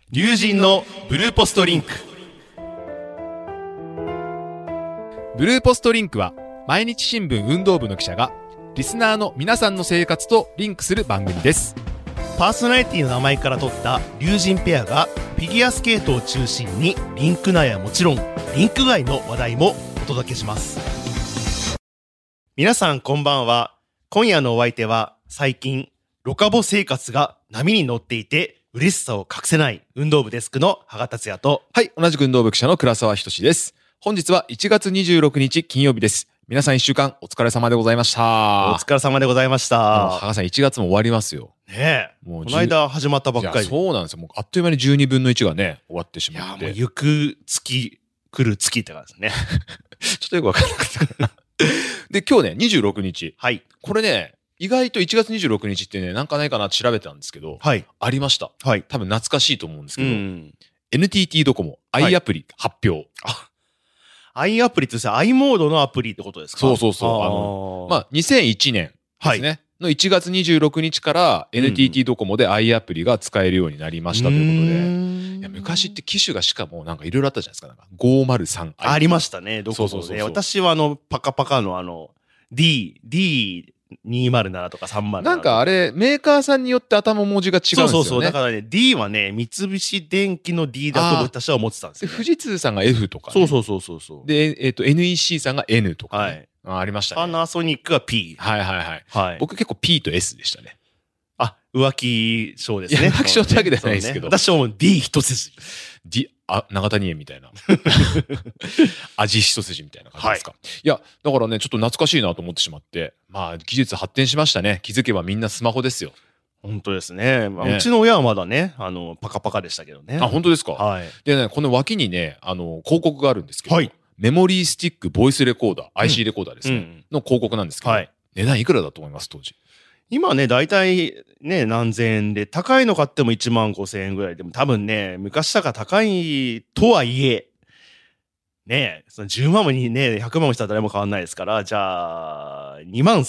龍神のブルーポストリンク。 ブルーポストリンクは毎日新聞運動部の記者がリスナーの皆さんの生活とリンクする番組です。 パーソナリティの名前から取った龍神ペアがフィギュアスケートを中心にリンク内はもちろんリンク外の話題もお届けします。皆さんこんばんは。今夜のお相手は最近ロカボ生活が波に乗っていて嬉しさを隠せない運動部デスクの羽賀達也と、 はい、同じく運動部記者の倉沢仁です。本日は1月26日金曜日です。皆さん1週間お疲れ様でございました。 お疲れ様でございました。 羽賀さん1月も終わりますよ。 ねえ、 もうこの間始まったばっかり。 いやそうなんですよ。もうあっという間に12分の1がね終わってしまって。 いやもう行く月来る月って感じですね。 ちょっとよくわかんなかったで今日ね26日。 はい。 これね意外と1月26日ってねなんかないかなって調べたんですけど、 はい。 ありました。 はい。 多分懐かしいと思うんですけど、 うん。 NTT ドコモ i アプリ発表。 i アプリってさ、i モードのアプリってことですか？ そうそうそう。まあ2001年ですね、の1月26日から NTT ドコモで i アプリが使えるようになりましたということで、いや昔って機種がしかもなんかいろいろあったじゃないですか。なんか 503i ありましたね。ドコモで。私はパカパカのD207 とか307 なんかあれメーカーさんによって頭文字が違うんですよね。 そうそうそう。だからね D はね三菱電機の D だと私は思ってたんですよ、ね。 富士通さんが F とか、ね、 そうでNEC さんが N とか、ね、 はい、 ありましたね。 パナソニックが P。 はいはいはい、はい、僕結構 P と S でしたね。 浮気症ですね。 浮気症ってわけではないですけど、 ね、私はもう D 一筋。 長谷園みたいな味一筋みたいな感じですか、はい、いやだからねちょっと懐かしいなと思ってしまって、まあ技術発展しましたね。気づけばみんなスマホですよ。 本当ですね。うちの親はまだねパカパカでしたけどね。 本当ですか。 はい。 でねこの脇にね広告があるんですけど、はい、メモリースティックボイスレコーダー、IC レコーダーですね、の広告なんですけど、はい、値段いくらだと思います当時？今ね、大体ね、何千円で、高いの買っても1万5千円ぐらいでも多分ね、昔だから高いとはいえ、ね、その10万もにね、100万もしたら誰も変わんないですから、じゃあ、2万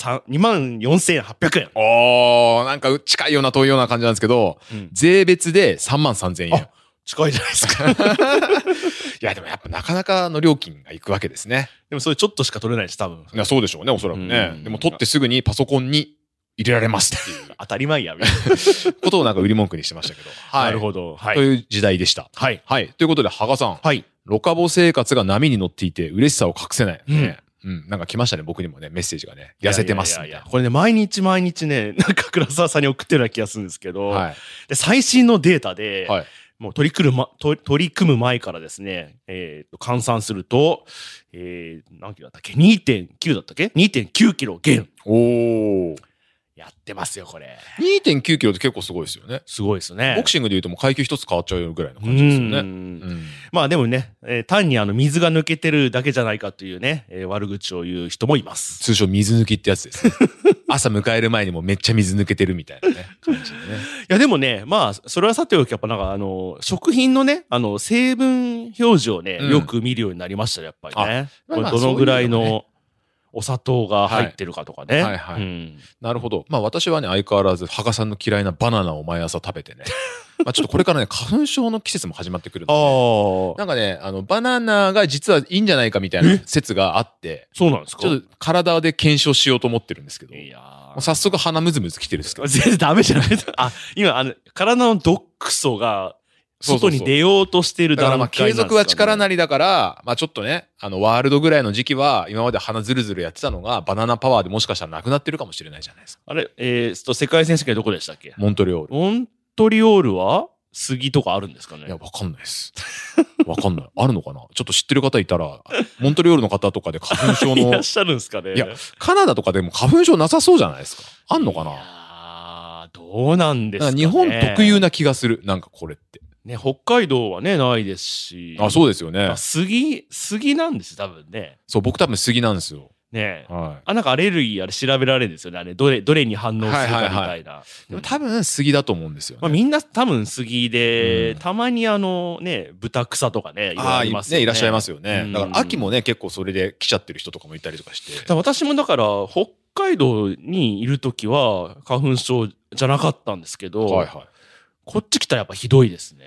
4800円。 なんか近いような遠いような感じなんですけど、税別で3万3000円。 近いじゃないですか。 いや、でもやっぱなかなかの料金がいくわけですね。 でもそれちょっとしか取れないし、多分。 いや、そうでしょうね、おそらくね。でも取ってすぐにパソコンに入れられますっていう当たり前やみたいなことをなんか売り文句にしてましたけど、 はい、なるほど、 はい、という時代でした。 はい、 はい、ということで羽賀さん、 はい、 ロカボ生活が波に乗っていて嬉しさを隠せない、ね、なんか来ましたね。僕にもねメッセージがね痩せてますみたいな。 これね毎日ねなんか倉沢さんに送ってるような気がするんですけど、はい、で最新のデータで、はい、もう取り組む前からですね、換算すると、何キロだったっけ 2.9 だったっけ 2.9 キロ減。 おー、 やってますよこれ。 2.9 キロって結構すごいですよね。 すごいですね。 ボクシングでいうともう階級一つ変わっちゃうぐらいの感じですよね。 まあでもね、単に水が抜けてるだけじゃないかというね、悪口を言う人もいます。 通称水抜きってやつですね。朝迎える前にもめっちゃ水抜けてるみたいなね感じでね。 いやでもね、まあそれはさておきやっぱなんか食品のね成分表示をね、よく見るようになりましたねやっぱりね。これどのぐらいのお砂糖が入ってるかとかね。 はいはい、なるほど。まあ私はね相変わらず羽賀さんの嫌いなバナナを毎朝食べてね。まあちょっとこれからね花粉症の季節も始まってくるので、なんかねバナナが実はいいんじゃないかみたいな説があって、 そうなんですか。 ちょっと体で検証しようと思ってるんですけど、いやもう早速鼻ムズムズきてるんですけど、 全然ダメじゃないですか。今体の毒素が外に出ようとしている段階なんですかね。 だから継続は力なりだから、まあちょっとね、ワールドぐらいの時期は、今まで鼻ずるずるやってたのが、バナナパワーでもしかしたらなくなってるかもしれないじゃないですか。 あれ、世界選手権どこでしたっけ？ モントリオール。 モントリオールは杉とかあるんですかね？ いや、わかんないです。わかんない。あるのかな？ちょっと知ってる方いたら、モントリオールの方とかで花粉症の。 いらっしゃるんですかね？ いや、カナダとかでも花粉症なさそうじゃないですか。あんのかな？ いやどうなんですかね。 日本特有な気がする。なんかこれって。 ね、北海道はね、ないですし。 そうですよね。 杉なんです多分ね。 そう、僕多分杉なんですよ。 ねえ、はい、なんかアレルギー調べられるんですよね。あれどれに反応するかみたいな。はいはいはい、 でも多分杉だと思うんですよね。 まあ、みんな多分杉で、たまにね豚草とかねいますよね。 いらっしゃいますよね。だから秋もね結構それで来ちゃってる人とかもいたりとかして。 私もだから北海道にいる時は花粉症じゃなかったんですけど、はいはい、こっち来たらやっぱひどいですね。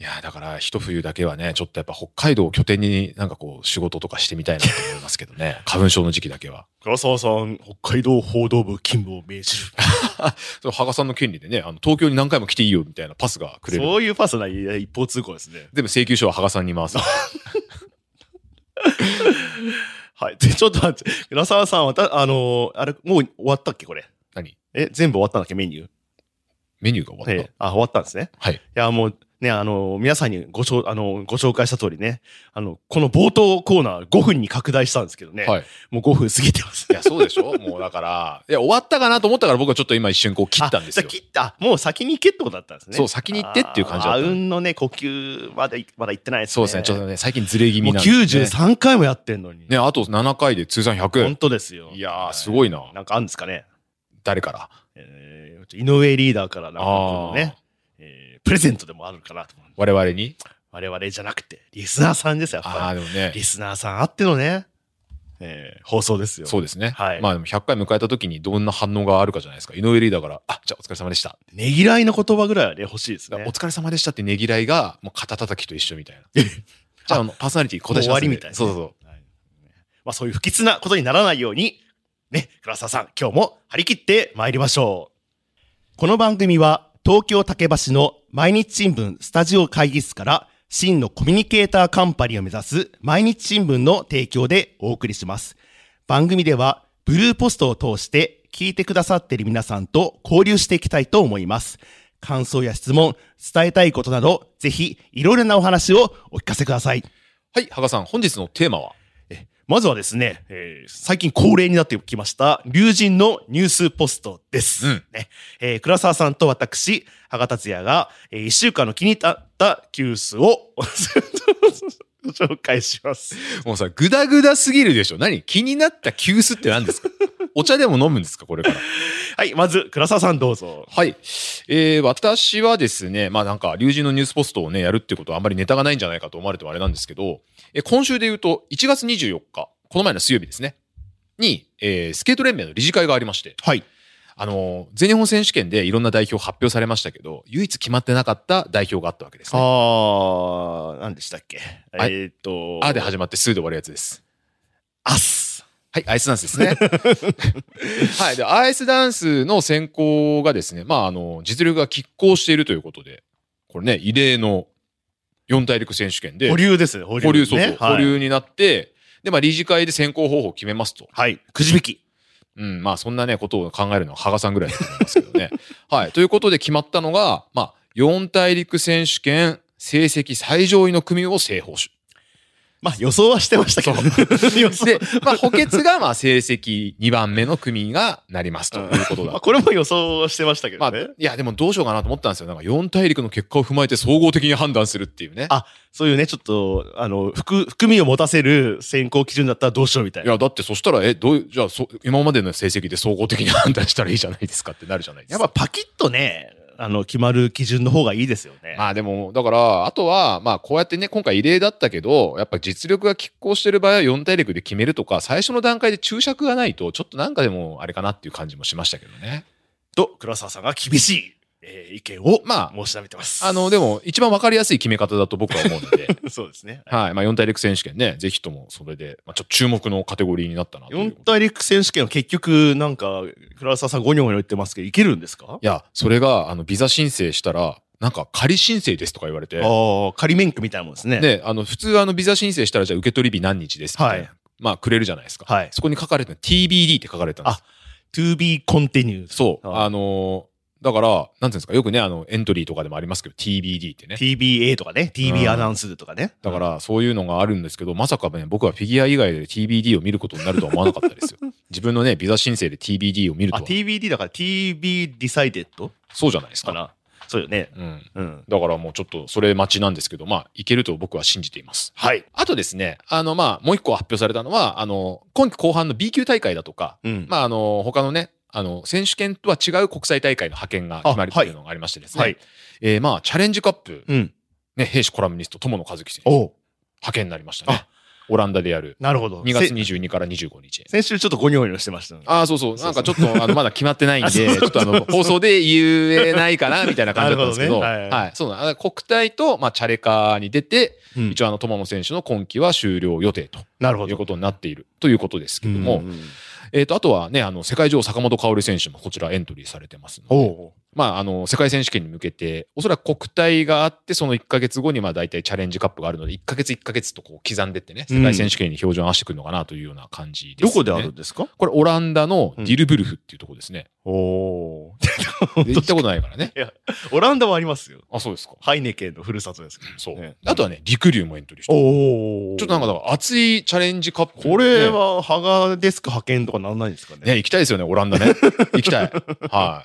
いやだから一冬だけはねちょっとやっぱ北海道を拠点になんかこう仕事とかしてみたいなと思いますけどね花粉症の時期だけは。 倉沢さん北海道報道部勤務を命じる羽賀さんの権利でね東京に何回も来ていいよみたいなパスがくれる。 そういうパスな一方通行ですね。 全部請求書は羽賀さんに回すはい。で、ちょっと待って。倉沢さん、あれ、もう終わったっけこれ。 何全部終わったんだっけメニュー。 メニューが終わった。 終わったんですね。 はい。 いや、もう、ね、皆さんにご紹介した通りね、この冒頭コーナー5分に拡大したんですけどね。はい。もう5分過ぎてます。 いや、そうでしょもうだから、いや、終わったかなと思ったから僕はちょっと今一瞬こう切ったんですよ。 切った。もう先に行けってことだったんですね。 そう、先に行ってっていう感じだった。 あうんのね、呼吸まだ行ってないですね。 そうですね。ちょっとね、最近ずれ気味なんで、ね。 もう93回もやってんのに。 ね、あと7回で通算100。 本当ですよ。 いやー、すごいな。 なんかあるんですかね。 誰から？ 井上リーダーからなんかこのね、プレゼントでもあるかなと思う。 我々に？ 我々じゃなくて、リスナーさんですよ、やっぱり。 でもね。 リスナーさんあってのね、放送ですよ。 そうですね。 はい。 まあでも100回迎えた時にどんな反応があるかじゃないですか。井上リーダーから、じゃあお疲れ様でした。 ねぎらいの言葉ぐらいはね、欲しいですね。 お疲れ様でしたってねぎらいが、もう肩叩きと一緒みたいな。じゃあパーソナリティ答えします。 終わりみたいな。 そうそうそう。 はい、まあそういう不吉なことにならないように、ね、倉沢さん、今日も張り切って参りましょう。この番組は、東京竹橋の毎日新聞スタジオ会議室から真のコミュニケーターカンパニーを目指す毎日新聞の提供でお送りします。番組ではブルーポストを通して聞いてくださっている皆さんと交流していきたいと思います。感想や質問、伝えたいことなどぜひいろいろなお話をお聞かせください。 はい、羽賀さん、本日のテーマは？ まずはですね、最近恒例になってきました、龍神のニュースポストです。ね、倉沢さんと私、羽賀達也が、1週間の気に入ったニュースをご紹介します。 もうさ、グダグダすぎるでしょ。何？気になった急須って何ですか？お茶でも飲むんですかこれから。 はい、まず、倉沢さんどうぞ。 はい。私はですね、まあなんか、龍神のニュースポストをね、やるってことはあんまりネタがないんじゃないかと思われてもあれなんですけど、今週で言うと、1月24日、この前の水曜日ですね、に、スケート連盟の理事会がありまして、 はい。 全日本選手権でいろんな代表発表されましたけど、唯一決まってなかった代表があったわけですね。 何でしたっけ？ で始まってスーで終わるやつです。 アス。 はい、アイスダンスですね。はい。で、アイスダンスの選考がですね、まあ、実力が拮抗しているということで、これね、異例の四大陸選手権で。 保留ですね、保留。 そうそう。保留になって、で、まあ、理事会で選考方法を決めますと。 はい。くじ引き。 まあ、そんなね、ことを考えるのは羽賀さんぐらいだと思いますけどね。はい。ということで決まったのが、まあ、四大陸選手権成績最上位の組を正捕手。 まあ予想はしてましたけど。 で、まあ補欠がまあ成績2番目の組がなりますということだ。 これも予想はしてましたけどね。 いやでもどうしようかなと思ったんですよ。なんか4大陸の結果を踏まえて総合的に判断するっていうね。 そういうね、ちょっと、含みを持たせる選考基準だったらどうしようみたいな。 いや、だってそしたら、じゃあ今までの成績で総合的に判断したらいいじゃないですかってなるじゃないですか。 やっぱパキッとね、決まる基準の方がいいですよね。 まあでも、だから、あとは、まあこうやってね、今回異例だったけど、やっぱ実力が拮抗してる場合は4大陸で決めるとか、最初の段階で注釈がないと、ちょっとなんかでもあれかなっていう感じもしましたけどね。 と、倉沢さんが厳しい、意見を申し述べてます。 でも、一番わかりやすい決め方だと僕は思うので。 そうですね。 はい。まあ4大陸選手権ね、ぜひともそれで、まあちょっと注目のカテゴリーになったなという。 4大陸選手権は結局、なんか、倉沢さんゴニョゴニョ言ってますけど、いけるんですか？ いや、それが、ビザ申請したら、なんか仮申請ですとか言われて。 仮免許みたいなもんですね。 で、普通ビザ申請したらじゃあ受け取り日何日ですみたいな。まあくれるじゃないですか。はい。そこに書かれてる TBD って書かれてたんです。 to be continued。 そう。だから、なんていうんですか、よくね、エントリーとかでもありますけど、TBD ってね。 TBA とかね、TB アナウンスとかね。 だから、そういうのがあるんですけど、まさかね、僕はフィギュア以外で TBD を見ることになるとは思わなかったですよ。自分のね、ビザ申請で TBD を見るとは。 TBD だから TB decided？ そうじゃないですか。 そうよね。 だからもうちょっとそれ待ちなんですけど、まあ、いけると僕は信じています。 はい。 あとですね、まあ、もう一個発表されたのは、今季後半の B 級大会だとか、まあ、他のね、選手権とは違う国際大会の派遣が決まりというのがありましてですね。まあ、チャレンジカップ、ね、兵士コラムニスト、友野一希選手、派遣になりましたね。 オランダでやる。 なるほど。 2月22から25日。 先週ちょっとゴニョゴニョしてましたね。 ああ、そうそう。なんかちょっとまだ決まってないんで、ちょっと放送で言えないかな、みたいな感じだったんですけど、はい。そうだ。国体と、チャレカーに出て、一応友野選手の今季は終了予定と。なるほど。いうことになっているということですけども、あとはね、世界女王坂本花織選手もこちらエントリーされてますので、世界選手権に向けて、おそらく国体があって、その1ヶ月後に大体チャレンジカップがあるので、1ヶ月1ヶ月とこう刻んでってね、世界選手権に標準を合わせてくるのかなというような感じですね。 どこであるんですか？ これオランダのディルブルフっていうところですね。行ったことないからね。 いや、オランダはありますよ。 あ、そうですか。 ハイネケンのふるさとですけど。 そう。あとはね、陸竜もエントリーしてる。ちょっとなんかだから熱いチャレンジカップ。 これは、ハガデスク派遣とかなんないんですかね。 ね、行きたいですよね、オランダね。行きたい。はい。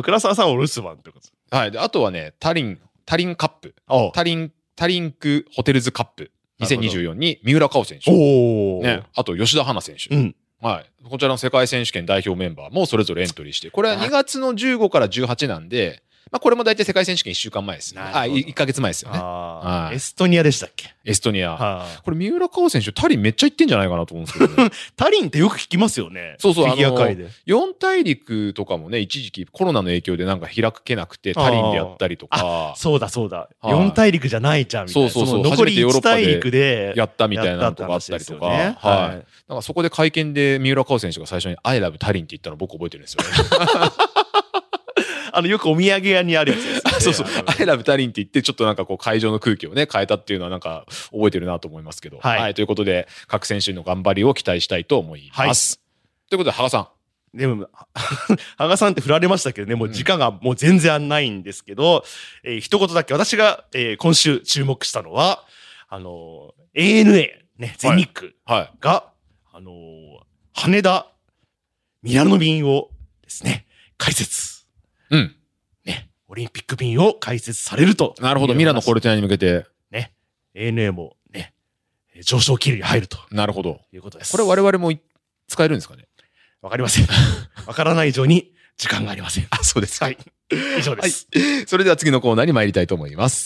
倉沢さんはお留守番ってことです。 はい。で、あとはね、タリンカップ。タリンクホテルズカップ2024に三浦佳生選手。ね。あと吉田花選手。はい。こちらの世界選手権代表メンバーもそれぞれエントリーして、これは2月の15から18なんで、これも大体世界選手権1週間前です。1ヶ月前ですよね。 エストニアでしたっけ？ エストニア。これ三浦佳生選手、タリンめっちゃ行ってんじゃないかなと思うんですけどね。 タリンってよく聞きますよね。 そうそう、 フィギュア界で。 4大陸とかもね、一時期コロナの影響でなんか開けなくて、タリンでやったりとか。 そうだそうだ。4大陸じゃないじゃんみたいな。 そうそうそう。 残り1大陸でやったみたいなのとかあったりとか。はい。なんかそこで会見で三浦佳生選手が最初に I love タリンって言ったの僕覚えてるんですよね。 よくお土産屋にあるやつです、ね。 そうそう。I love タリンって言って、ちょっとなんかこう会場の空気をね、変えたっていうのはなんか覚えてるなと思いますけど。はい。ということで、各選手の頑張りを期待したいと思います。ということで、羽賀さん。 でも、羽賀さんって振られましたけどね、もう時間がもう全然ないんですけど、一言だけ私が、今週注目したのは、ANA、ね、全日空が、羽田、ミラノ便をですね、開設。ね、オリンピック便を開設されると。 なるほど、ミラノコルティナに向けて。 ね、ANA もね、上昇気流に入ると。 なるほど。 いうことです。 これ我々も使えるんですかね？ わかりません。わからない以上に時間がありません。 あ、そうですか。 はい。以上です。 はい。それでは次のコーナーに参りたいと思います。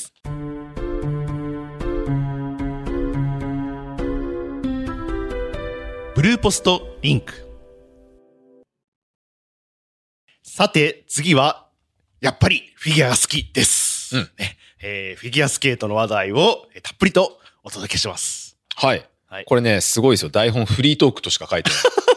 ブルーポストリンク。さて、次は、やっぱりフィギュアが好きです。ね、フィギュアスケートの話題をたっぷりとお届けします。 はい。これね、すごいですよ。台本フリートークとしか書いてない。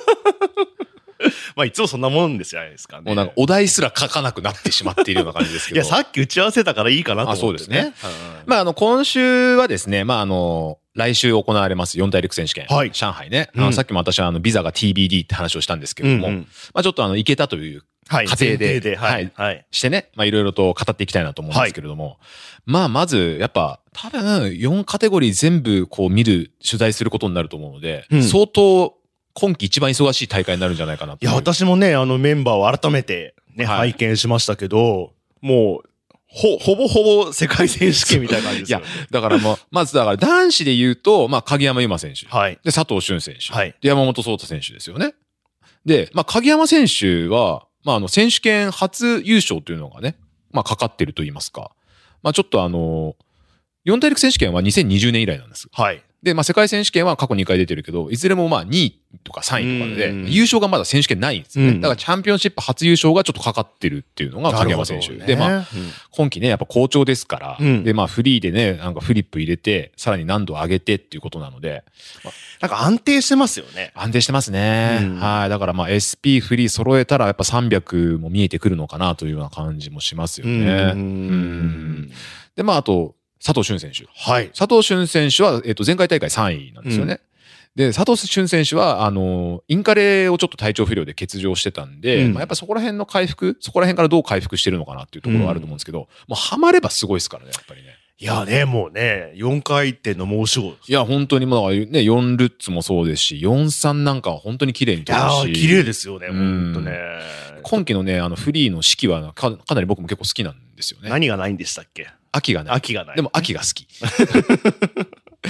いつもそんなもんですじゃないですかね。 もうなんかお題すら書かなくなってしまっているような感じですけど。 いや、さっき打ち合わせたからいいかなと思って、ね。 そうですね。今週はですね、来週行われます4大陸選手権。はい。上海ね。さっきも私はビザが TBD って話をしたんですけれども、ちょっと行けたという過程で、してね、いろいろと語っていきたいなと思うんですけれども、まず、やっぱ、多分4カテゴリー全部こう取材することになると思うので、相当、今季一番忙しい大会になるんじゃないかなと。 いや、私もね、メンバーを改めてね、拝見しましたけど、もう、ほぼほぼ世界選手権みたいな感じですよね。 いや、だからまずだから男子で言うと、鍵山優真選手。はい。で、佐藤駿選手。はい。で、山本草太選手ですよね。で、鍵山選手は、選手権初優勝というのがね、かかってると言いますか。ちょっと4大陸選手権は2020年以来なんです。はい。で、世界選手権は過去2回出てるけど、いずれも2位とか3位とかで、優勝がまだ選手権ないんですよね。だからチャンピオンシップ初優勝がちょっとかかってるっていうのが鍵山選手。で、今季ね、やっぱ好調ですから、で、フリーでね、なんかフリップ入れて、さらに難度上げてっていうことなので、 なんか安定してますよね。 安定してますね。はい。だからSP フリー揃えたらやっぱ300も見えてくるのかなというような感じもしますよね。で、あと、佐藤駿選手。はい。佐藤駿選手は、前回大会3位なんですよね。で、佐藤駿選手は、インカレをちょっと体調不良で欠場してたんで、やっぱそこら辺の回復、そこら辺からどう回復してるのかなっていうところがあると思うんですけど、もうハマればすごいですからね、やっぱりね。 いやね、もうね、4回転の申し子。 いや、本当にもうね、4ルッツもそうですし、4-3なんかは本当に綺麗に取るし。 いや綺麗ですよね、本当ね。 今季のね、フリーの式はかなり僕も結構好きなんですよね。 何がないんでしたっけ？ 秋がない。 秋がない。 でも秋が好き。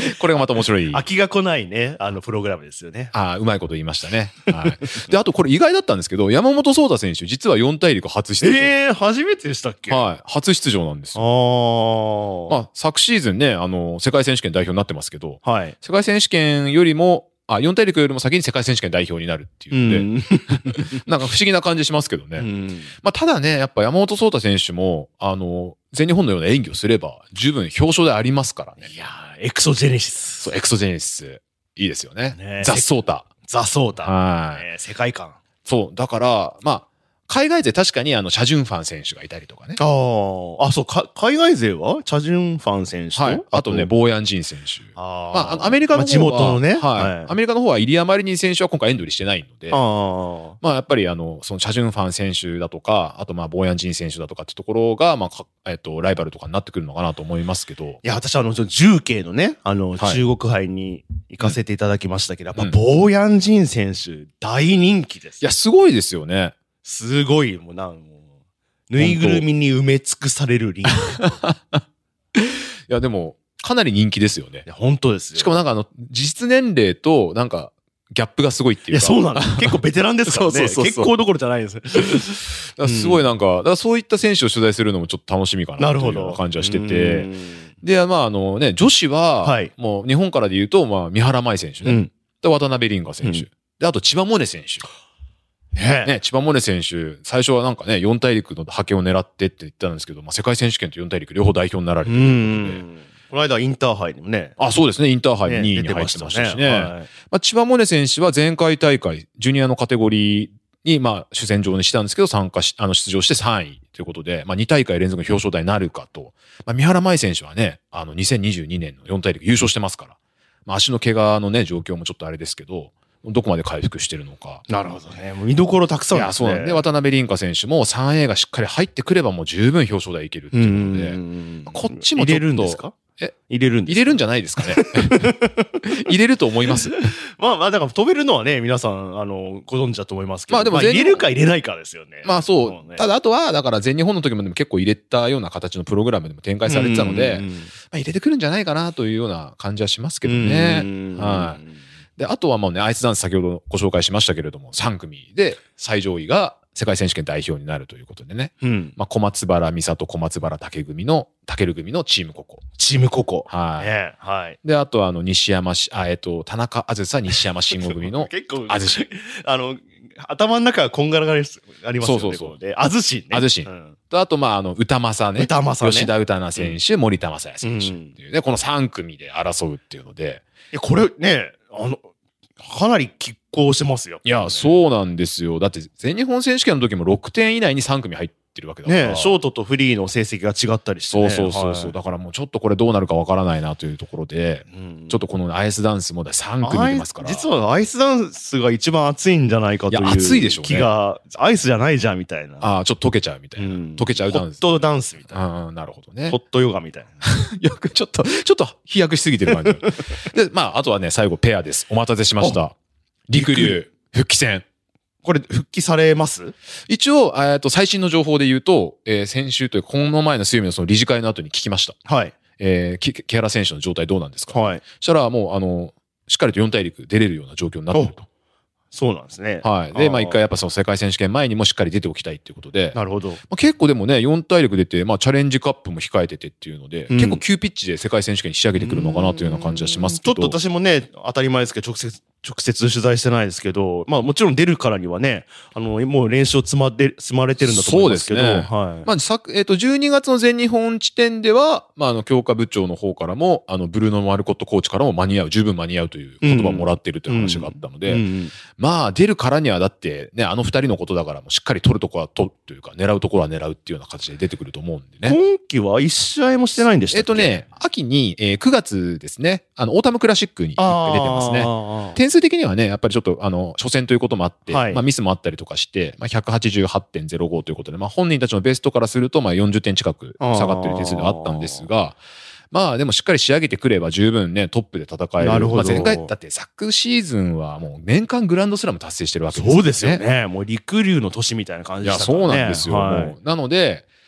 これがまた面白い。 飽きが来ないね、プログラムですよね。 うまいこと言いましたね。はい。で、あとこれ意外だったんですけど、山本草太選手、実は4大陸初出場。 初めてでしたっけ？ はい。初出場なんですよ。まあ、昨シーズンね、世界選手権代表になってますけど、 はい。 世界選手権よりも、4大陸よりも先に世界選手権代表になるっていうので、なんか不思議な感じしますけどね。まあ、ただね、やっぱ山本草太選手も、全日本のような演技をすれば、十分表彰台ありますからね。 いやー、エクソジェネシス。 そう、エクソジェネシス。いいですよね。ザ・ソータ。 ザ・ソータ。 はい。 世界観。 そう、だから、まあ、海外勢確かにチャジュンファン選手がいたりとかね。 そう、海外勢はチャジュンファン選手と、 はい。あとね、ボーヤンジン選手。まあ、アメリカの方は、 地元のね。 はい。アメリカの方はイリア・マリニン選手は今回エントリーしてないので、まあ、やっぱりそのチャジュンファン選手だとか、あとまあ、ボーヤンジン選手だとかってところが、まあ、ライバルとかになってくるのかなと思いますけど。いや、私重慶のね、中国杯に行かせていただきましたけど、やっぱボーヤンジン選手、大人気です。 いや、すごいですよね。 すごい、もうぬいぐるみに埋め尽くされるリング。 いや、でも、かなり人気ですよね。 いや、本当ですよ。 しかもなんか実年齢と、なんか、ギャップがすごいっていうか。 いや、そうなの。結構ベテランですからね。 そう結構どころじゃないです。 すごいなんか、だからそういった選手を取材するのもちょっと楽しみかなというような感じはしてて。で、まあね、女子は、もう日本からで言うと、まあ、三原舞依選手ね。で、渡辺凛香選手。で、あと千葉百音選手。ね、千葉百音選手、最初はなんかね、4大陸の覇権を狙ってって言ったんですけど、まあ、世界選手権と4大陸両方代表になられてるということで。 この間インターハイにもね。 そうですね、インターハイ2位に入ってましたしね。まあ、千葉百音選手は前回大会、ジュニアのカテゴリーに、まあ、主戦場にしたんですけど、出場して3位ということで、まあ、2大会連続の表彰台になるかと。まあ、三原舞依選手はね、2022年の4大陸優勝してますから。まあ、足の怪我のね、状況もちょっとあれですけど、どこまで回復してるのか。 なるほどね。もう見どころたくさんですね。 そうなんで、渡辺凛香選手も 3A がしっかり入ってくればもう十分表彰台いけるっていうので、こっちもちょっと。入れるんですか？入れるんじゃないですかね。入れると思います。 まあ、だから飛べるのはね、皆さん、ご存知だと思いますけど。まあでも入れるか入れないかですよね。 まあそう。ただあとは、だから全日本の時もでも結構入れたような形のプログラムでも展開されてたので、まあ入れてくるんじゃないかなというような感じはしますけどね。はい。で、あとはもうね、アイスダンス先ほどご紹介しましたけれども、3組で最上位が世界選手権代表になるということでね。まあ、小松原美里、小松原武組のチームココ。 チームココ。 はい。 はい。 で、あと西山田中あずさ、西山慎吾組の結構、 あずし。 頭の中はこんがらがりありますよね。そう。で、あずしね。 あずし。と、あと、まあ、歌正ね。 歌正ね。 吉田詩奈選手、森田正也選手っていうね、この3組で争うっていうので。 いや、これね、かなり拮抗してますよ。 いや、そうなんですよ。だって、全日本選手権の時も6点以内に3組入ってるわけだから。 ね、ショートとフリーの成績が違ったりしてね。 そう。だからもうちょっとこれどうなるかわからないなというところで、ちょっとこのアイスダンスも3組出ますから。 実はアイスダンスが一番熱いんじゃないかという。 熱いでしょうね。 気が、アイスじゃないじゃんみたいな。 ちょっと溶けちゃうみたいな。溶けちゃうダンス。 ホットダンスみたいな。 なるほどね。 ホットヨガみたいな。 よくちょっと飛躍しすぎてる感じ。で、まあ、あとはね、最後ペアです。お待たせしました。陸竜復帰戦。 これ復帰されます？ 一応、最新の情報で言うと、先週というか、この前の水曜日のその理事会の後に聞きました。 はい。 木原選手の状態どうなんですか？ はい。 そしたらもう、しっかりと4大陸出れるような状況になってると。 そうなんですね。 はい。で、まあ一回やっぱその世界選手権前にもしっかり出ておきたいっていうことで。 なるほど。 まあ、結構でもね、4大陸出て、まあチャレンジカップも控えててっていうので、結構急ピッチで世界選手権に仕上げてくるのかなというような感じはしますけど。 ちょっと私もね、当たり前ですけど、直接取材してないですけど、まあもちろん出るからにはね、もう練習を積まれてるんだと思うんですけど。そうですね。はい。まあ 12月の全日本地点では、まあ強化部長の方からも、ブルーノ・マルコットコーチからも十分間に合うという言葉をもらっているという話があったので、まあ出るからにはだってね、2人のことだからもしっかり取るところは取るというか、狙うところは狙うっていうような形で出てくると思うんでね。 今季は1試合もしてないんでしたっけ？ 秋に、9月ですね、オータムクラシックに出てますね。点数的にはね、やっぱりちょっと、初戦ということもあって、まあミスもあったりとかして、まあ 188.05 ということで、まあ本人たちのベストからすると、まあ40点近く下がってる点数ではあったんですが、まあでもしっかり仕上げてくれば十分ね、トップで戦える。 なるほど。 まあ前回、だって昨シーズンはもう年間グランドスラム達成してるわけですよね。 そうですよね。もう陸竜の年みたいな感じでしたからね。 いや、そうなんですよ。なので、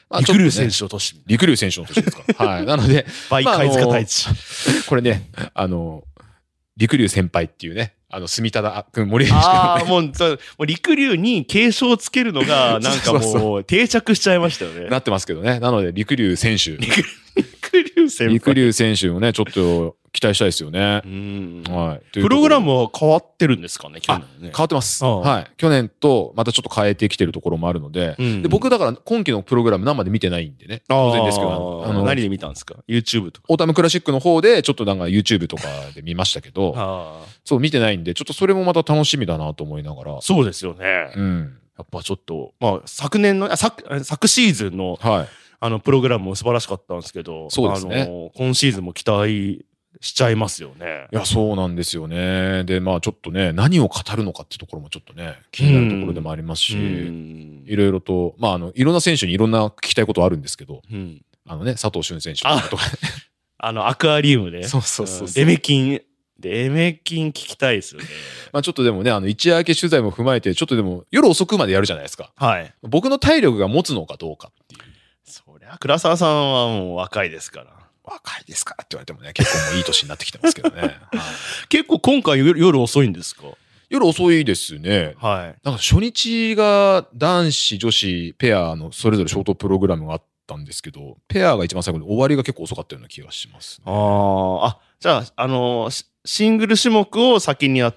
まあちょっとね、陸竜選手の年。 陸竜選手の年ですか。はい。なので、 倍貝塚太一。 これね、陸竜先輩っていうね、住忠君、森口君、ね。 ああ、もう陸竜に継承をつけるのが、なんかもう定着しちゃいましたよね。 なってますけどね。なので、陸竜選手。陸竜選手をね、ちょっと期待したいですよね。 はい。プログラムは変わってるんですかね、去年ね。 変わってます。はい。去年とまたちょっと変えてきてるところもあるので、で僕だから今期のプログラム生で見てないんでね。当然ですけど、 何で見たんですか ?YouTube とか。 オータムクラシックの方で、ちょっとなんか YouTube とかで見ましたけど、そう、見てないんで、ちょっとそれもまた楽しみだなと思いながら。 そうですよね。やっぱちょっと、まあ、昨シーズンの、プログラムも素晴らしかったんですけど、 そうですね。 今シーズンも期待しちゃいますよね。 いや、そうなんですよね。で、まあちょっとね、何を語るのかってところもちょっとね、気になるところでもありますし、いろいろと、まあいろんな選手にいろんな聞きたいことあるんですけど、佐藤俊選手とかね。 アクアリウムで。 そう。 デメキン聞きたいですよね。 まあちょっとでもね、一夜明け取材も踏まえて、ちょっとでも夜遅くまでやるじゃないですか。 はい。 僕の体力が持つのかどうかっていう。 そりゃ、倉沢さんはもう若いですから。 若いですかって言われてもね、結構もういい年になってきてますけどね。 結構今回夜遅いんですか？ 夜遅いですね。はい。なんか初日が男子、女子、ペアのそれぞれショートプログラムがあったんですけど、ペアが一番最後で終わりが結構遅かったような気がします、ね。 じゃあ、シングル種目を先にやって、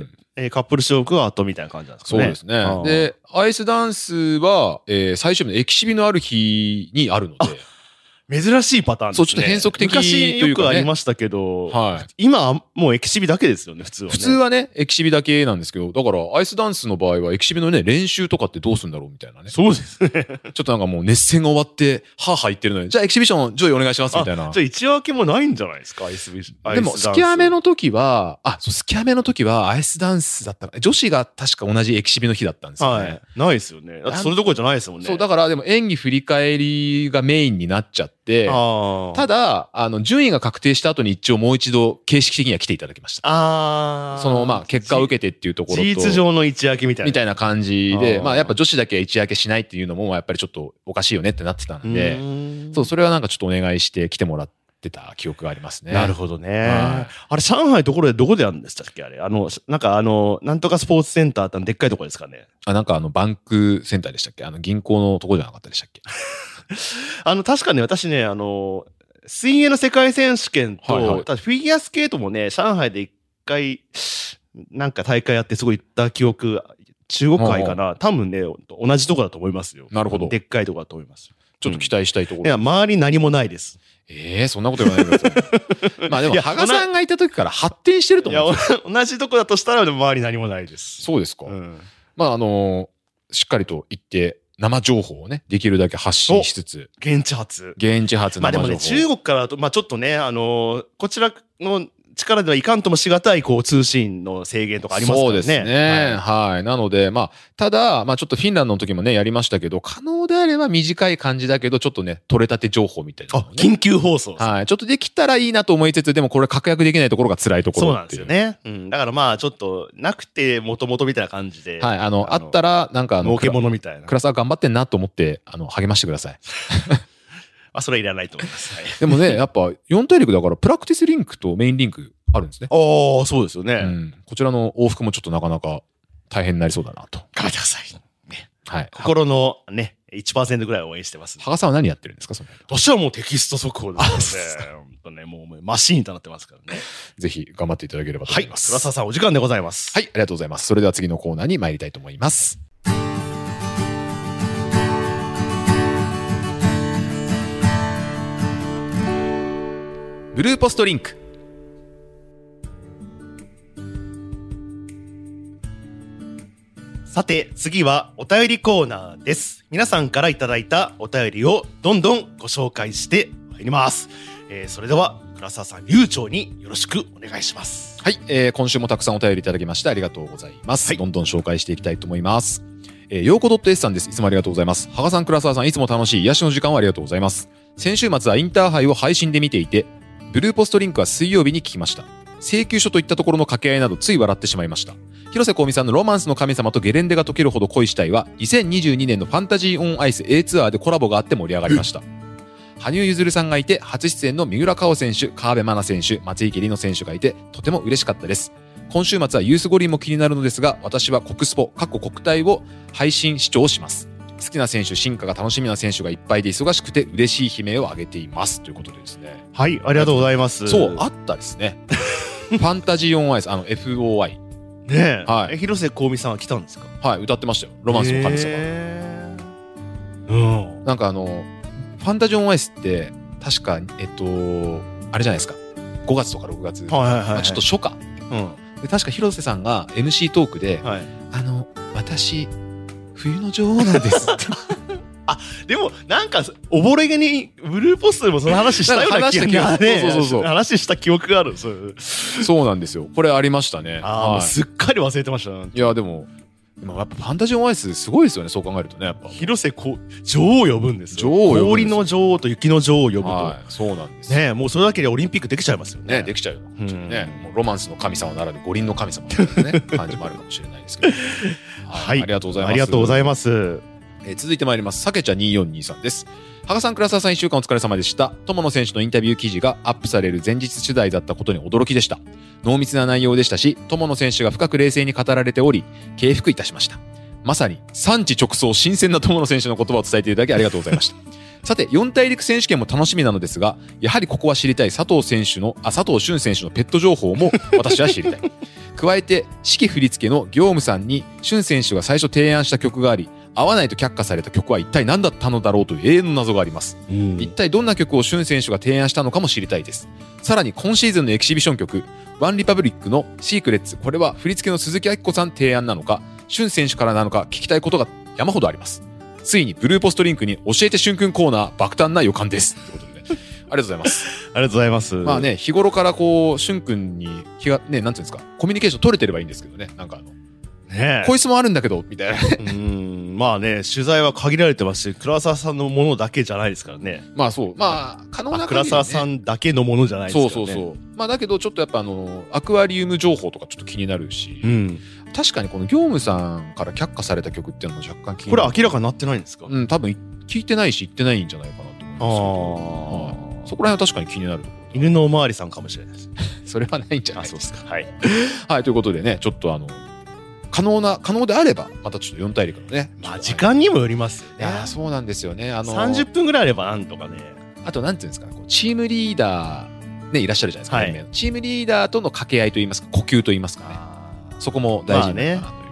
カップル種目は後みたいな感じなんですかね。 そうですね。で、アイスダンスは、最終日のエキシビのある日にあるので。 珍しいパターンですね。 そう、ちょっと変則的というか、ね。 昔よくありましたけど、今もうエキシビだけですよね、普通はね。 普通はね、エキシビだけなんですけど、だからアイスダンスの場合はエキシビのね、練習とかってどうするんだろうみたいなね。 そうですね。ちょっとなんかもう熱戦が終わって、はぁはぁ言ってるのに、じゃあエキシビション上位お願いしますみたいな。 じゃあ一夜明けもないんじゃないですか、アイスダンス。 でも、スキャメの時は、スキャメの時はアイスダンスだったら、女子が確か同じエキシビの日だったんですよね。 ないですよね。だってそれどころじゃないですもんね。 そう、だからでも演技振り返りがメインになっちゃって、ただ、順位が確定した後に一応もう一度形式的には来ていただきました。まあ、結果を受けてっていうところと。 事実上の一夜明けみたいな。 みたいな感じで、まあ、やっぱ女子だけ一夜明けしないっていうのも、やっぱりちょっとおかしいよねってなってたんで、そう、それはなんかちょっとお願いして来てもらってた記憶がありますね。 なるほどね。あれ、上海どこでやるんでしたっけあれ。なんとかスポーツセンターってでっかいところですかね。 なんかバンクセンターでしたっけ銀行のとこじゃなかったでしたっけ確かね、私ね、水泳の世界選手権と、フィギュアスケートもね、上海で一回、なんか大会やってすごい行った記憶、中国杯かな。多分ね、同じとこだと思いますよ。 なるほど。 でっかいとこだと思います。 ちょっと期待したいところ。 いや、周り何もないです。 そんなこと言わないでください。まあでも、羽賀さんがいた時から発展してると思うんですよ。 同じとこだとしたら、周り何もないです。 そうですか。まあしっかりと言って、生情報をね、できるだけ発信しつつ。 現地発生情報。 まあでもね、中国からだと、まあちょっとね、こちらの力ではいかんともしがたい、通信の制限とかありますからね。 そうですね。はい。なので、まあ、ただ、まあちょっとフィンランドの時もね、やりましたけど、可能であれば短い感じだけど、ちょっとね、取れたて情報みたいな、 緊急放送。 はい。ちょっとできたらいいなと思いつつ、でもこれ確約できないところが辛いところ。 そうなんですよね。だからまあ、ちょっと、なくて、もともとみたいな感じで。 はい。あったら、なんか儲け物みたいな。 クラスは頑張ってんなと思って、励ましてください。 それはいらないと思います。 でもね、やっぱ、4大陸だから、プラクティスリンクとメインリンク、あるんですね。 そうですよね。 こちらの往復もちょっとなかなか大変になりそうだなと。 頑張ってください。ね。 はい。 心のね、1% ぐらい応援してます。 羽賀さんは何やってるんですか、それ。 私はもうテキスト速報ですね。本当ね、もうマシーンとなってますからね。 ぜひ頑張っていただければと思います。 倉沢さん、お時間でございます。 はい、ありがとうございます。それでは次のコーナーに参りたいと思います。ブルーポストリンク。 さて、次はお便りコーナーです。皆さんからいただいたお便りをどんどんご紹介してまいります。それでは、倉沢さん、流暢によろしくお願いします。 はい、今週もたくさんお便りいただきましてありがとうございます。はい、どんどん紹介していきたいと思います。ようこ .s さんです。いつもありがとうございます。羽賀さん、倉沢さん、いつも楽しい癒しの時間をありがとうございます。先週末はインターハイを配信で見ていて、ブルーポストリンクは水曜日に聞きました。請求書といったところの掛け合いなどつい笑ってしまいました。 広瀬香美さんのロマンスの神様とゲレンデが解けるほど恋したいは2022年のファンタジーオンアイス A ツアーでコラボがあって盛り上がりました。羽生結弦さんがいて、初出演の三浦佳生選手、河辺愛菜選手、松生理乃選手がいて、とても嬉しかったです。今週末はユース五輪も気になるのですが、私は国スポ国体を配信視聴します。好きな選手、進化が楽しみな選手がいっぱいで忙しくて嬉しい悲鳴を上げていますということでですね。 はい、ありがとうございます。 そうあったですね。ファンタジーオンアイス、FOI ねえ、 はい、 広瀬香美さんは来たんですか？ はい、歌ってましたよ。ロマンスの神様。なんかファンタジーオンアイスって確かあれじゃないですか。5月とか6月、ちょっと初夏。で確か広瀬さんが MC トークで、私冬の女王なんですあ、でもなんかおぼろげにブルーポストでもその話したような気が話した記憶がある。 そうなんですよ。これありましたね。 もうすっかり忘れてました。 いやでもやっぱファンタジーオンアイスすごいですよね。そう考えるとね、やっぱ広瀬女王を呼ぶんですよ。氷の女王と雪の女王を呼ぶと、 そうなんですね。もうそれだけでオリンピックできちゃいますよね。 できちゃうよね。もうロマンスの神様ならぬ五輪の神様みたいなね感じもあるかもしれないですけど。はい、ありがとうございます。 ありがとうございます。 続いてまいります。さけちゃ2423です。羽賀さん、倉沢さん、1週間お疲れ様でした。友野選手のインタビュー記事がアップされる前日取材だったことに驚きでした。濃密な内容でしたし、友野選手が深く冷静に語られており、敬服いたしました。まさに産地直送新鮮な友野選手の言葉を伝えていただきありがとうございました。さて、4大陸選手権も楽しみなのですが、やはりここは知りたい佐藤俊選手のペット情報も私は知りたい。加えて指揮振付の業務さんに俊選手が最初提案した曲があり、合わないと却下された曲は一体何だったのだろうという永遠の謎があります。一体どんな曲を俊選手が提案したのかも知りたいです。さらに今シーズンのエキシビション曲ワンリパブリックのシークレッツ、これは振り付けの鈴木明子さん提案なのか俊選手からなのか聞きたいことが山ほどあります。ついにブルーポストリンクに教えて俊くんコーナー爆誕な予感ですということで、ね、ありがとうございますありがとうございます。 まあね、日頃からこう俊くんになんていうんですか、コミュニケーション取れてればいいんですけどね。なんかこいつもあるんだけどみたいなまあね、取材は限られてますし、倉沢さんのものだけじゃないですからね。 まあそう、まあ可能な限り、ね、 倉沢さんだけのものじゃないですからね。 そうまあだけどちょっとやっぱアクアリウム情報とかちょっと気になるし、確かにこの業務さんから却下された曲っていうのも若干気になる。 これ明らかになってないんですか？ 多分聞いてないし言ってないんじゃないかなと思うんですけど、そこら辺は確かに気になるところ。 犬のおまわりさんかもしれないですそれはないんじゃないですか。 そうですか。はいはい、ということでね、ちょっと可能であればまたちょっと4大陸のね、 まあ時間にもよりますよね。 いやそうなんですよね。 30分ぐらいあればなんとかね。 あとなんていうんですかね、チームリーダーねいらっしゃるじゃないですか、チームリーダーとの掛け合いといいますか、呼吸といいますかね、そこも大事なのかなという。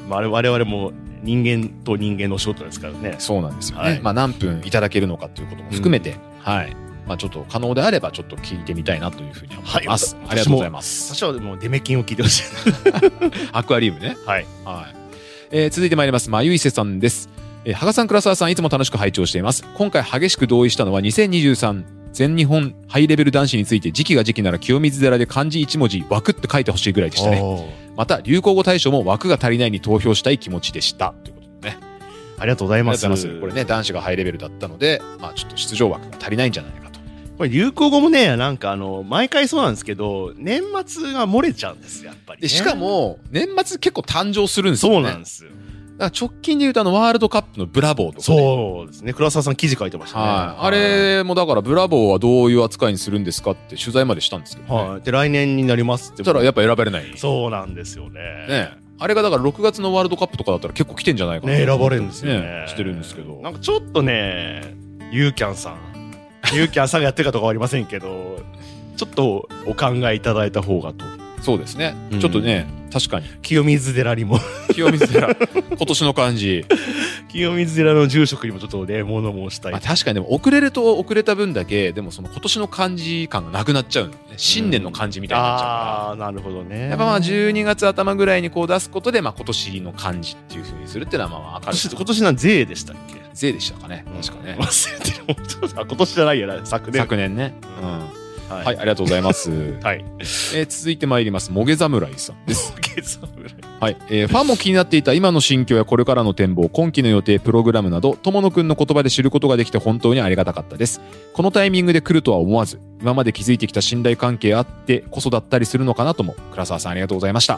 まあ我々も人間と人間の仕事ですからね。 そうなんですよね。まあ何分いただけるのかということも含めて、まあちょっと可能であればちょっと聞いてみたいなというふうに思います。ありがとうございます。 私はもうデメキンを聞いてほしいアクアリウムね。 はい。 続いてまいります。まゆいせさんです。羽賀さん、倉沢さん、いつも楽しく拝聴しています。今回激しく同意したのは2023全日本ハイレベル男子について、時期が時期なら清水寺で漢字1文字枠って書いてほしいぐらいでしたね。また流行語大賞も枠が足りないに投票したい気持ちでしたということでね。 ありがとうございます。 これね、男子がハイレベルだったので、まあちょっと出場枠が足りないんじゃないかと。 これ流行語もね、なんか毎回そうなんですけど、年末が漏れちゃうんですよ、やっぱり、ね。 でしかも年末結構誕生するんですよね。 そうなんですよ。 だから直近で言うとワールドカップのブラボーとか、 ね、そうですね。倉沢さん記事書いてましたね。 あれもだからブラボーはどういう扱いにするんですかって取材までしたんですけどね。 で来年になりますって。 そしたらやっぱ選ばれない。 そうなんですよね。 あれがだから6月のワールドカップとかだったら結構来てんじゃないかな。 ね、選ばれるんですよね。 してるんですけど。 なんかちょっとね、ユーキャンさんがやってるかとかはありませんけど、ちょっとお考えいただいた方がと。 そうですね。ちょっとね、確かに。 清水寺にも。 清水寺。今年の漢字。 清水寺の住職にもちょっとね、物申したい。 確かにでも遅れると遅れた分だけ、でもその今年の漢字感がなくなっちゃうのね。新年の漢字みたいになっちゃうから。 なるほどね。 やっぱまあ12月頭ぐらいにこう出すことで、まあ今年の漢字っていう風にするっていうのはまあ明るい。 今年なん税でしたっけ？ 税でしたかね。確かね。 忘れてる。今年じゃないよな、昨年ね。 はい、ありがとうございます。 はい。 続いてまいります。もげ侍さんです。はい。ファンも気になっていた今の心境やこれからの展望、今期の予定、プログラムなど、友野くんの言葉で知ることができて本当にありがたかったです。このタイミングで来るとは思わず、今まで築いてきた信頼関係あってこそだったりするのかなとも、倉沢さんありがとうございました。ということで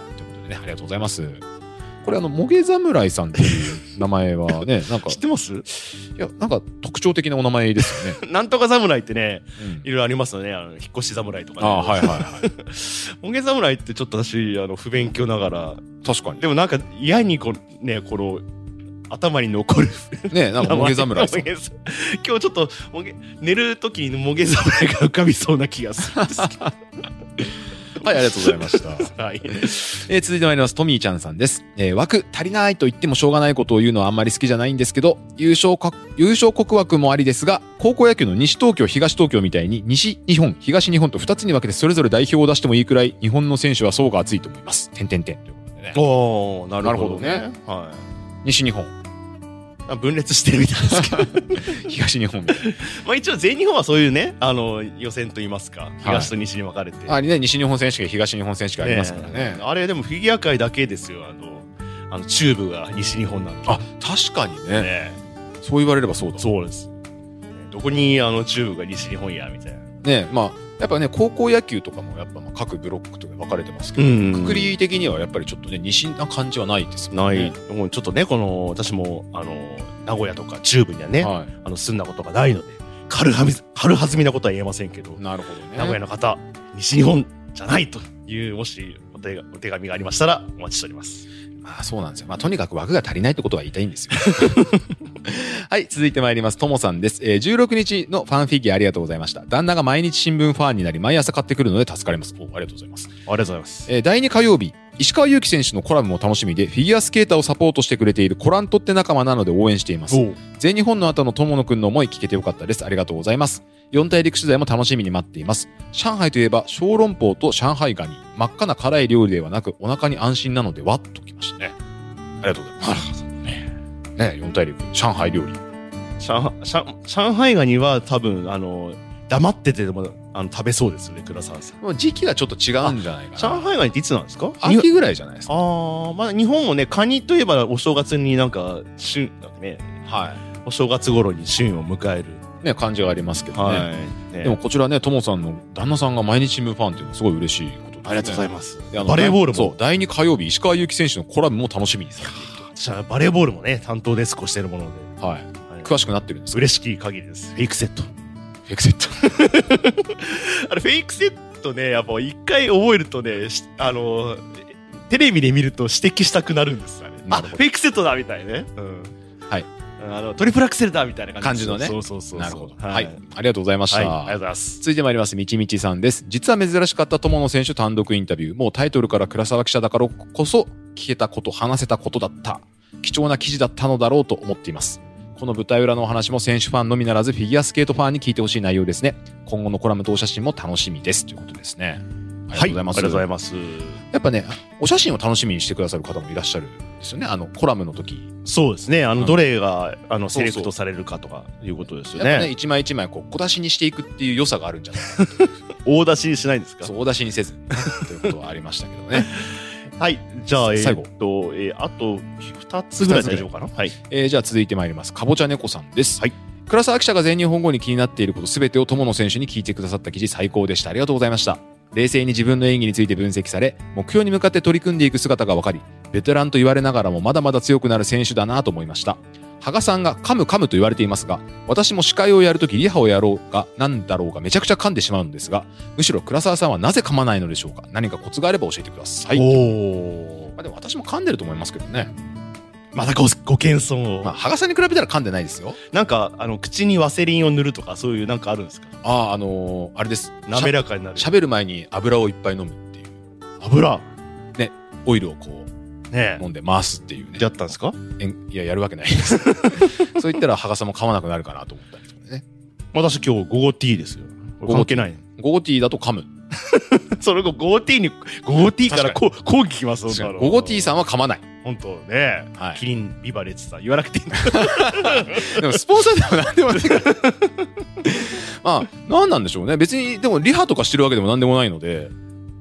でね、ありがとうございます。これもげ侍さんっていう名前はね、なんか知ってます？ いや、なんか特徴的なお名前ですよね。 なんとか侍ってね、いろいろありますよね。引っ越し侍とかね。 はいはいはい。 もげ侍ってちょっと私不勉強ながら、 確かに。 でもなんか嫌にこの頭に残るね、なんかもげ侍さん。 今日ちょっと寝る時にもげ侍が浮かびそうな気がするんですけど。 はい、ありがとうございました。 はい。 続いてまいります。トミーちゃんさんです。枠足りないと言ってもしょうがないことを言うのはあんまり好きじゃないんですけど、優勝国枠もありですが、高校野球の西東京、東東京みたいに西日本、東日本と2つに分けてそれぞれ代表を出してもいいくらい、日本の選手は層が厚いと思います。ということでね。 おー、なるほどね。 はい。西日本。 分裂してるみたいですけど東日本みたいな。 まあ一応全日本はそういうね、予選といいますか、東と西に分かれて、 ね、西日本選手権、東日本選手権ありますからね。 あれでもフィギュア界だけですよ。チューブが西日本なんで。 あ、確かにね。そう言われればそうだ。 そうです。どこにチューブが西日本やみたいな。 ね、まあやっぱね、高校野球とかもやっぱ各ブロックとか分かれてますけど、くくり的にはやっぱりちょっとね、西な感じはないですもんね。 ない。もうちょっとね、私も名古屋とか中部にはね、住んだことがないので、軽はずみなことは言えませんけど、 なるほどね。 名古屋の方、西日本じゃないという、もしお手紙がありましたらお待ちしております。 まあそうなんですよ。まあとにかく枠が足りないってことが言いたいんですよ。はい、続いてまいります。ともさんです。16日のファンフィギュアありがとうございました。旦那が毎日新聞ファンになり、毎朝買ってくるので助かります。ありがとうございます。 ありがとうございます。 第2火曜日、石川祐希選手のコラムも楽しみで、フィギュアスケーターをサポートしてくれているコラントって仲間なので応援しています。全日本の後の友野くんの思い聞けてよかったです。ありがとうございます。4大陸取材も楽しみに待っています。上海といえば小籠包と上海ガニ、真っ赤な辛い料理ではなくお腹に安心なのではときましたね。ありがとうございます。ね、4大陸上海料理。 上海ガニは多分黙っててでも食べそうですよね、倉沢さん。 時期がちょっと違うんじゃないかな。 上海ガニっていつなんですか？ 秋ぐらいじゃないですか。 まあ日本もね、カニといえばお正月になんかね、はい、お正月頃に旬を迎えるね、感じがありますけどね。でもこちらね、ともさんの旦那さんが毎日新聞ファンっていうのはすごい嬉しいことですね。 ありがとうございます。 バレーボールもそう、第2火曜日石川祐希選手のコラムも楽しみにされていると。 私はバレーボールもね、担当デスクをしているもので、 はい、詳しくなってるんです。 嬉しき限りです。フェイクセット。 フェイクセット。 あれフェイクセットね、やっぱ一回覚えるとね、テレビで見ると指摘したくなるんですよね。あ、フェイクセットだみたいね。はい。トリプルアクセルだみたいな感じのね。そう。 なるほど。はい。ありがとうございました。 ありがとうございます。 続いてまいります。みちみちさんです。実は珍しかった友野選手単独インタビュー。もうタイトルから倉沢記者だからこそ聞けたこと、話せたことだった。貴重な記事だったのだろうと思っています。この舞台裏のお話も選手ファンのみならずフィギュアスケートファンに聞いてほしい内容ですね。今後のコラムとお写真も楽しみですということですね。ありがとうございます。 ありがとうございます。 やっぱね、お写真を楽しみにしてくださる方もいらっしゃるんですよね。コラムの時。 そうですね。どれがセレクトされるかとかいうことですよね。 やっぱね、一枚一枚小出しにしていくっていう良さがあるんじゃないかなと。 大出しにしないんですか？ そう、大出しにせずということはありましたけどね。 はい、じゃあ最後あと2つぐらい大丈夫かな。はい。 じゃあ続いてまいります。かぼちゃ猫さんです。はい。倉沢記者が全日本後に気になっていることすべてを友野選手に聞いてくださった記事最高でした。ありがとうございました。冷静に自分の演技について分析され、目標に向かって取り組んでいく姿が分かり、ベテランと言われながらもまだまだ強くなる選手だなと思いました。羽賀さんが噛むと言われていますが、私も司会をやるときリハをやろうが何だろうがめちゃくちゃ噛んでしまうのですが、むしろ倉沢さんはなぜ噛まないのでしょうか。何かコツがあれば教えてください。でも私も噛んでると思いますけどね。 まだご謙遜を。 羽賀さんに比べたら噛んでないですよ。 なんか口にワセリンを塗るとかそういうなんかあるんですか？ あれです。 滑らかになる。 喋る前に油をいっぱい飲むっていう。 油ね、オイルをこうね飲んで回すっていうね。 やったんですか？ いや、やるわけないです。そう言ったら羽賀さんも噛まなくなるかなと思ったりとかね。 私今日午後ティーですよ。関係ない。 午後ティーだと噛む。 それが午後ティーからこう聞きますよ。 午後ティーさんは噛まない。 本当ね。キリンビバレッジさん言わなくていいんだ。 でもスポンサーでもなんでもないから。まあなんなんでしょうね。別にでもリハとかしてるわけでもなんでもないので。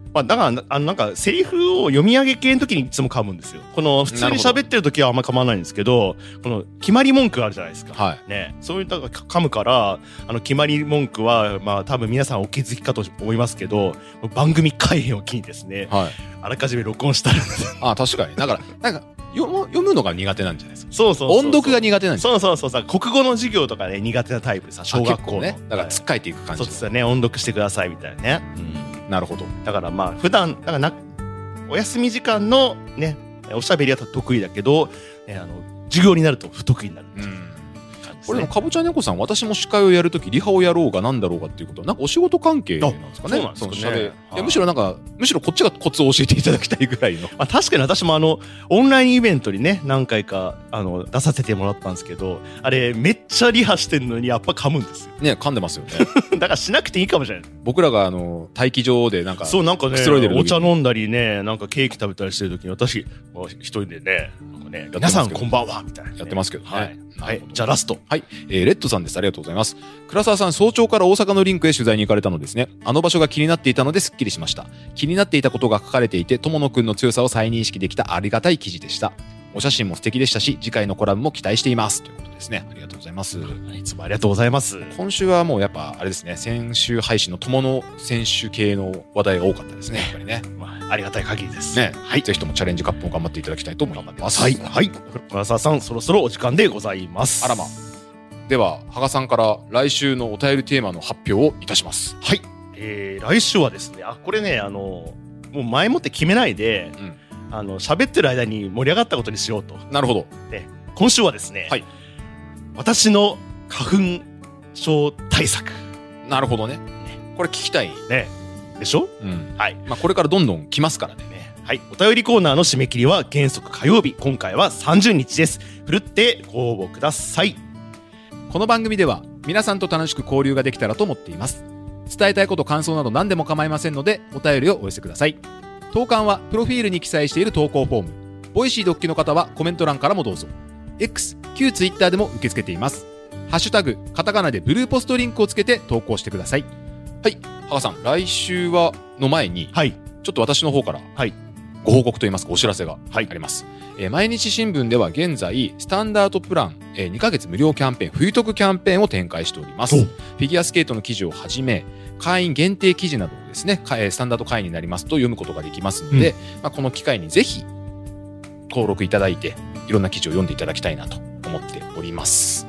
まあ、だからなんかセリフを読み上げ系の時にいつも噛むんですよ。この普通に喋ってる時はあんま噛まないんですけど、この決まり文句あるじゃないですか。 はい。 ね、そういうのが噛むから、決まり文句はまあ多分皆さんお気づきかと思いますけど、番組改編を機にですね、はい、あらかじめ録音したるんです。 あ、確かに。だからなんか読むのが苦手なんじゃないですか。 そうそう。 音読が苦手なんじゃないですか。 そう国語の授業とかね苦手なタイプでさ、小学校のね。だからつっかえていく感じ。 そうですよね。音読してくださいみたいなね。 なるほど。 だからまあ普段だからお休み時間のねおしゃべりは得意だけど、授業になると不得意になる。 これもかぼちゃ猫さん、私も司会をやるときリハをやろうがなんだろうがっていうことはなんかお仕事関係なんですかね。 そうなんですかね。 いやむしろこっちがコツを教えていただきたいぐらいの。 確かに私もオンラインイベントにね何回か出させてもらったんですけど、あれめっちゃリハしてんのにやっぱ噛むんですよ。 ね、噛んでますよね。 だからしなくていいかもしれない。 僕らが待機場でなんかそうなんかねお茶飲んだりねなんかケーキ食べたりしてる時に私一人でねなんかね皆さんこんばんはみたいな、 やってますけどね。 はい、じゃあラスト。 はい、レッドさんです。ありがとうございます。倉沢さん、早朝から大阪のリンクへ取材に行かれたのですね。あの場所が気になっていたのですっきりしました。気になっていたことが書かれていて、友野くんの強さを再認識できたありがたい記事でした。お写真も素敵でしたし、次回のコラムも期待していますということですね。ありがとうございます。 いつもありがとうございます。 今週はもうやっぱあれですね、先週配信の友野選手系の話題が多かったですね。やっぱりね、 ありがたい限りですね。はい、ぜひともチャレンジカップも頑張っていただきたいと思います。 はいはい。倉沢さん、そろそろお時間でございます。 あらま。では羽賀さんから来週のお便りテーマの発表をいたします。 はい、来週はですね、これねもう前もって決めないで、喋ってる間に盛り上がったことにしようと。 なるほど。 で今週はですね、はい、私の花粉症対策。 なるほどね。これ聞きたいね。でしょ。 はい。これからどんどん来ますからね。 はい、お便りコーナーの締め切りは原則火曜日。今回は30日です。ふるってご応募ください。 この番組では皆さんと楽しく交流ができたらと思っています。伝えたいこと、感想など何でも構いませんのでお便りをお寄せください。投函はプロフィールに記載している投稿フォーム、ボイシードッキの方はコメント欄からもどうぞ。 X、旧 Twitter でも受け付けています。ハッシュタグカタカナでブルーポストリンクをつけて投稿してください。はい、羽賀さん、来週はの前に、はい、ちょっと私の方から、はい、ご報告といいますかお知らせがあります。毎日新聞では現在スタンダードプラン、2ヶ月無料キャンペーン、冬得キャンペーンを展開しております。フィギュアスケートの記事をはじめ会員限定記事などをですね、スタンダード会員になりますと読むことができますので、この機会にぜひ登録いただいていろんな記事を読んでいただきたいなと思っております。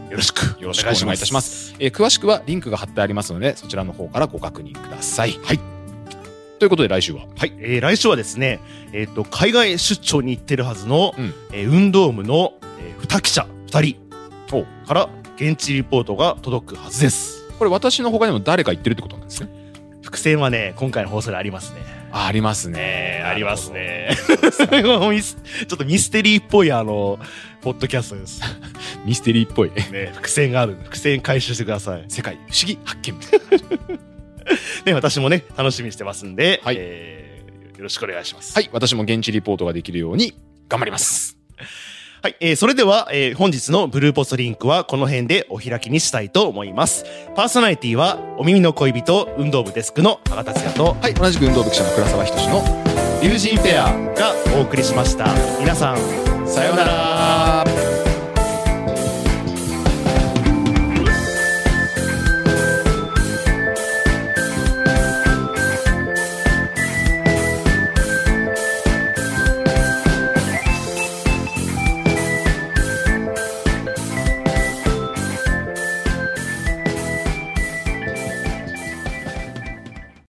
よろしくお願いいたします。詳しくはリンクが貼ってありますのでそちらの方からご確認ください。はい、ということで来週は、 はい、来週はですね、海外出張に行ってるはずの、運動部の、2記者2人から現地リポートが届くはずです。 これ私の他にも誰か言ってるってことなんですね。 伏線はね今回の放送でありますね。 ありますね。 ありますね。ちょっとミステリーっぽいポッドキャストです。 ミステリーっぽいね、伏線がある。伏線回収してください。 世界不思議発見みたいな感じ。 ね、私もね楽しみにしてますんで、はい、よろしくお願いします。 はい、私も現地リポートができるように頑張ります。 はい、それでは、本日のブルーポストリンクはこの辺でお開きにしたいと思います。パーソナリティはお耳の恋人運動部デスクの羽賀達也と、 はい、同じく運動部記者の倉沢仁の龍神ペアがお送りしました。皆さんさようなら。